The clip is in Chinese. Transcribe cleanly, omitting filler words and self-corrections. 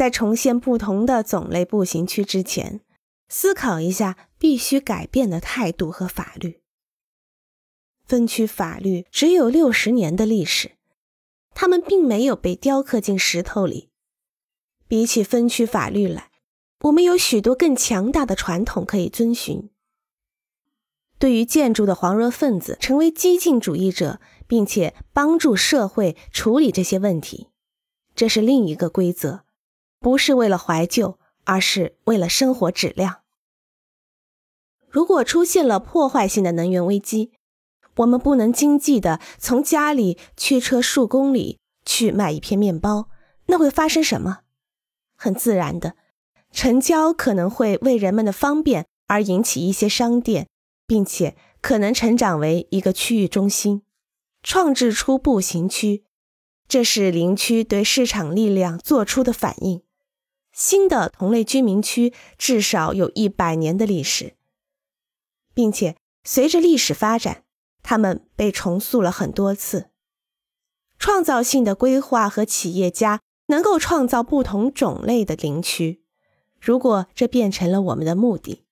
在重现不同的种类步行区之前，思考一下必须改变的态度和法律。分区法律只有60年的历史，它们并没有被雕刻进石头里。比起分区法律来，我们有许多更强大的传统可以遵循。对于建筑的黄热分子成为激进主义者，并且帮助社会处理这些问题，这是另一个规则，不是为了怀旧，而是为了生活质量。如果出现了破坏性的能源危机，我们不能经济地从家里驱车数公里去卖一片面包，那会发生什么？很自然的，城郊可能会为人们的方便而引起一些商店，并且可能成长为一个区域中心，创制出步行区。这是邻区对市场力量做出的反应。新的同类居民区至少有100年的历史，并且随着历史发展，它们被重塑了很多次。创造性的规划和企业家能够创造不同种类的邻区，如果这变成了我们的目的，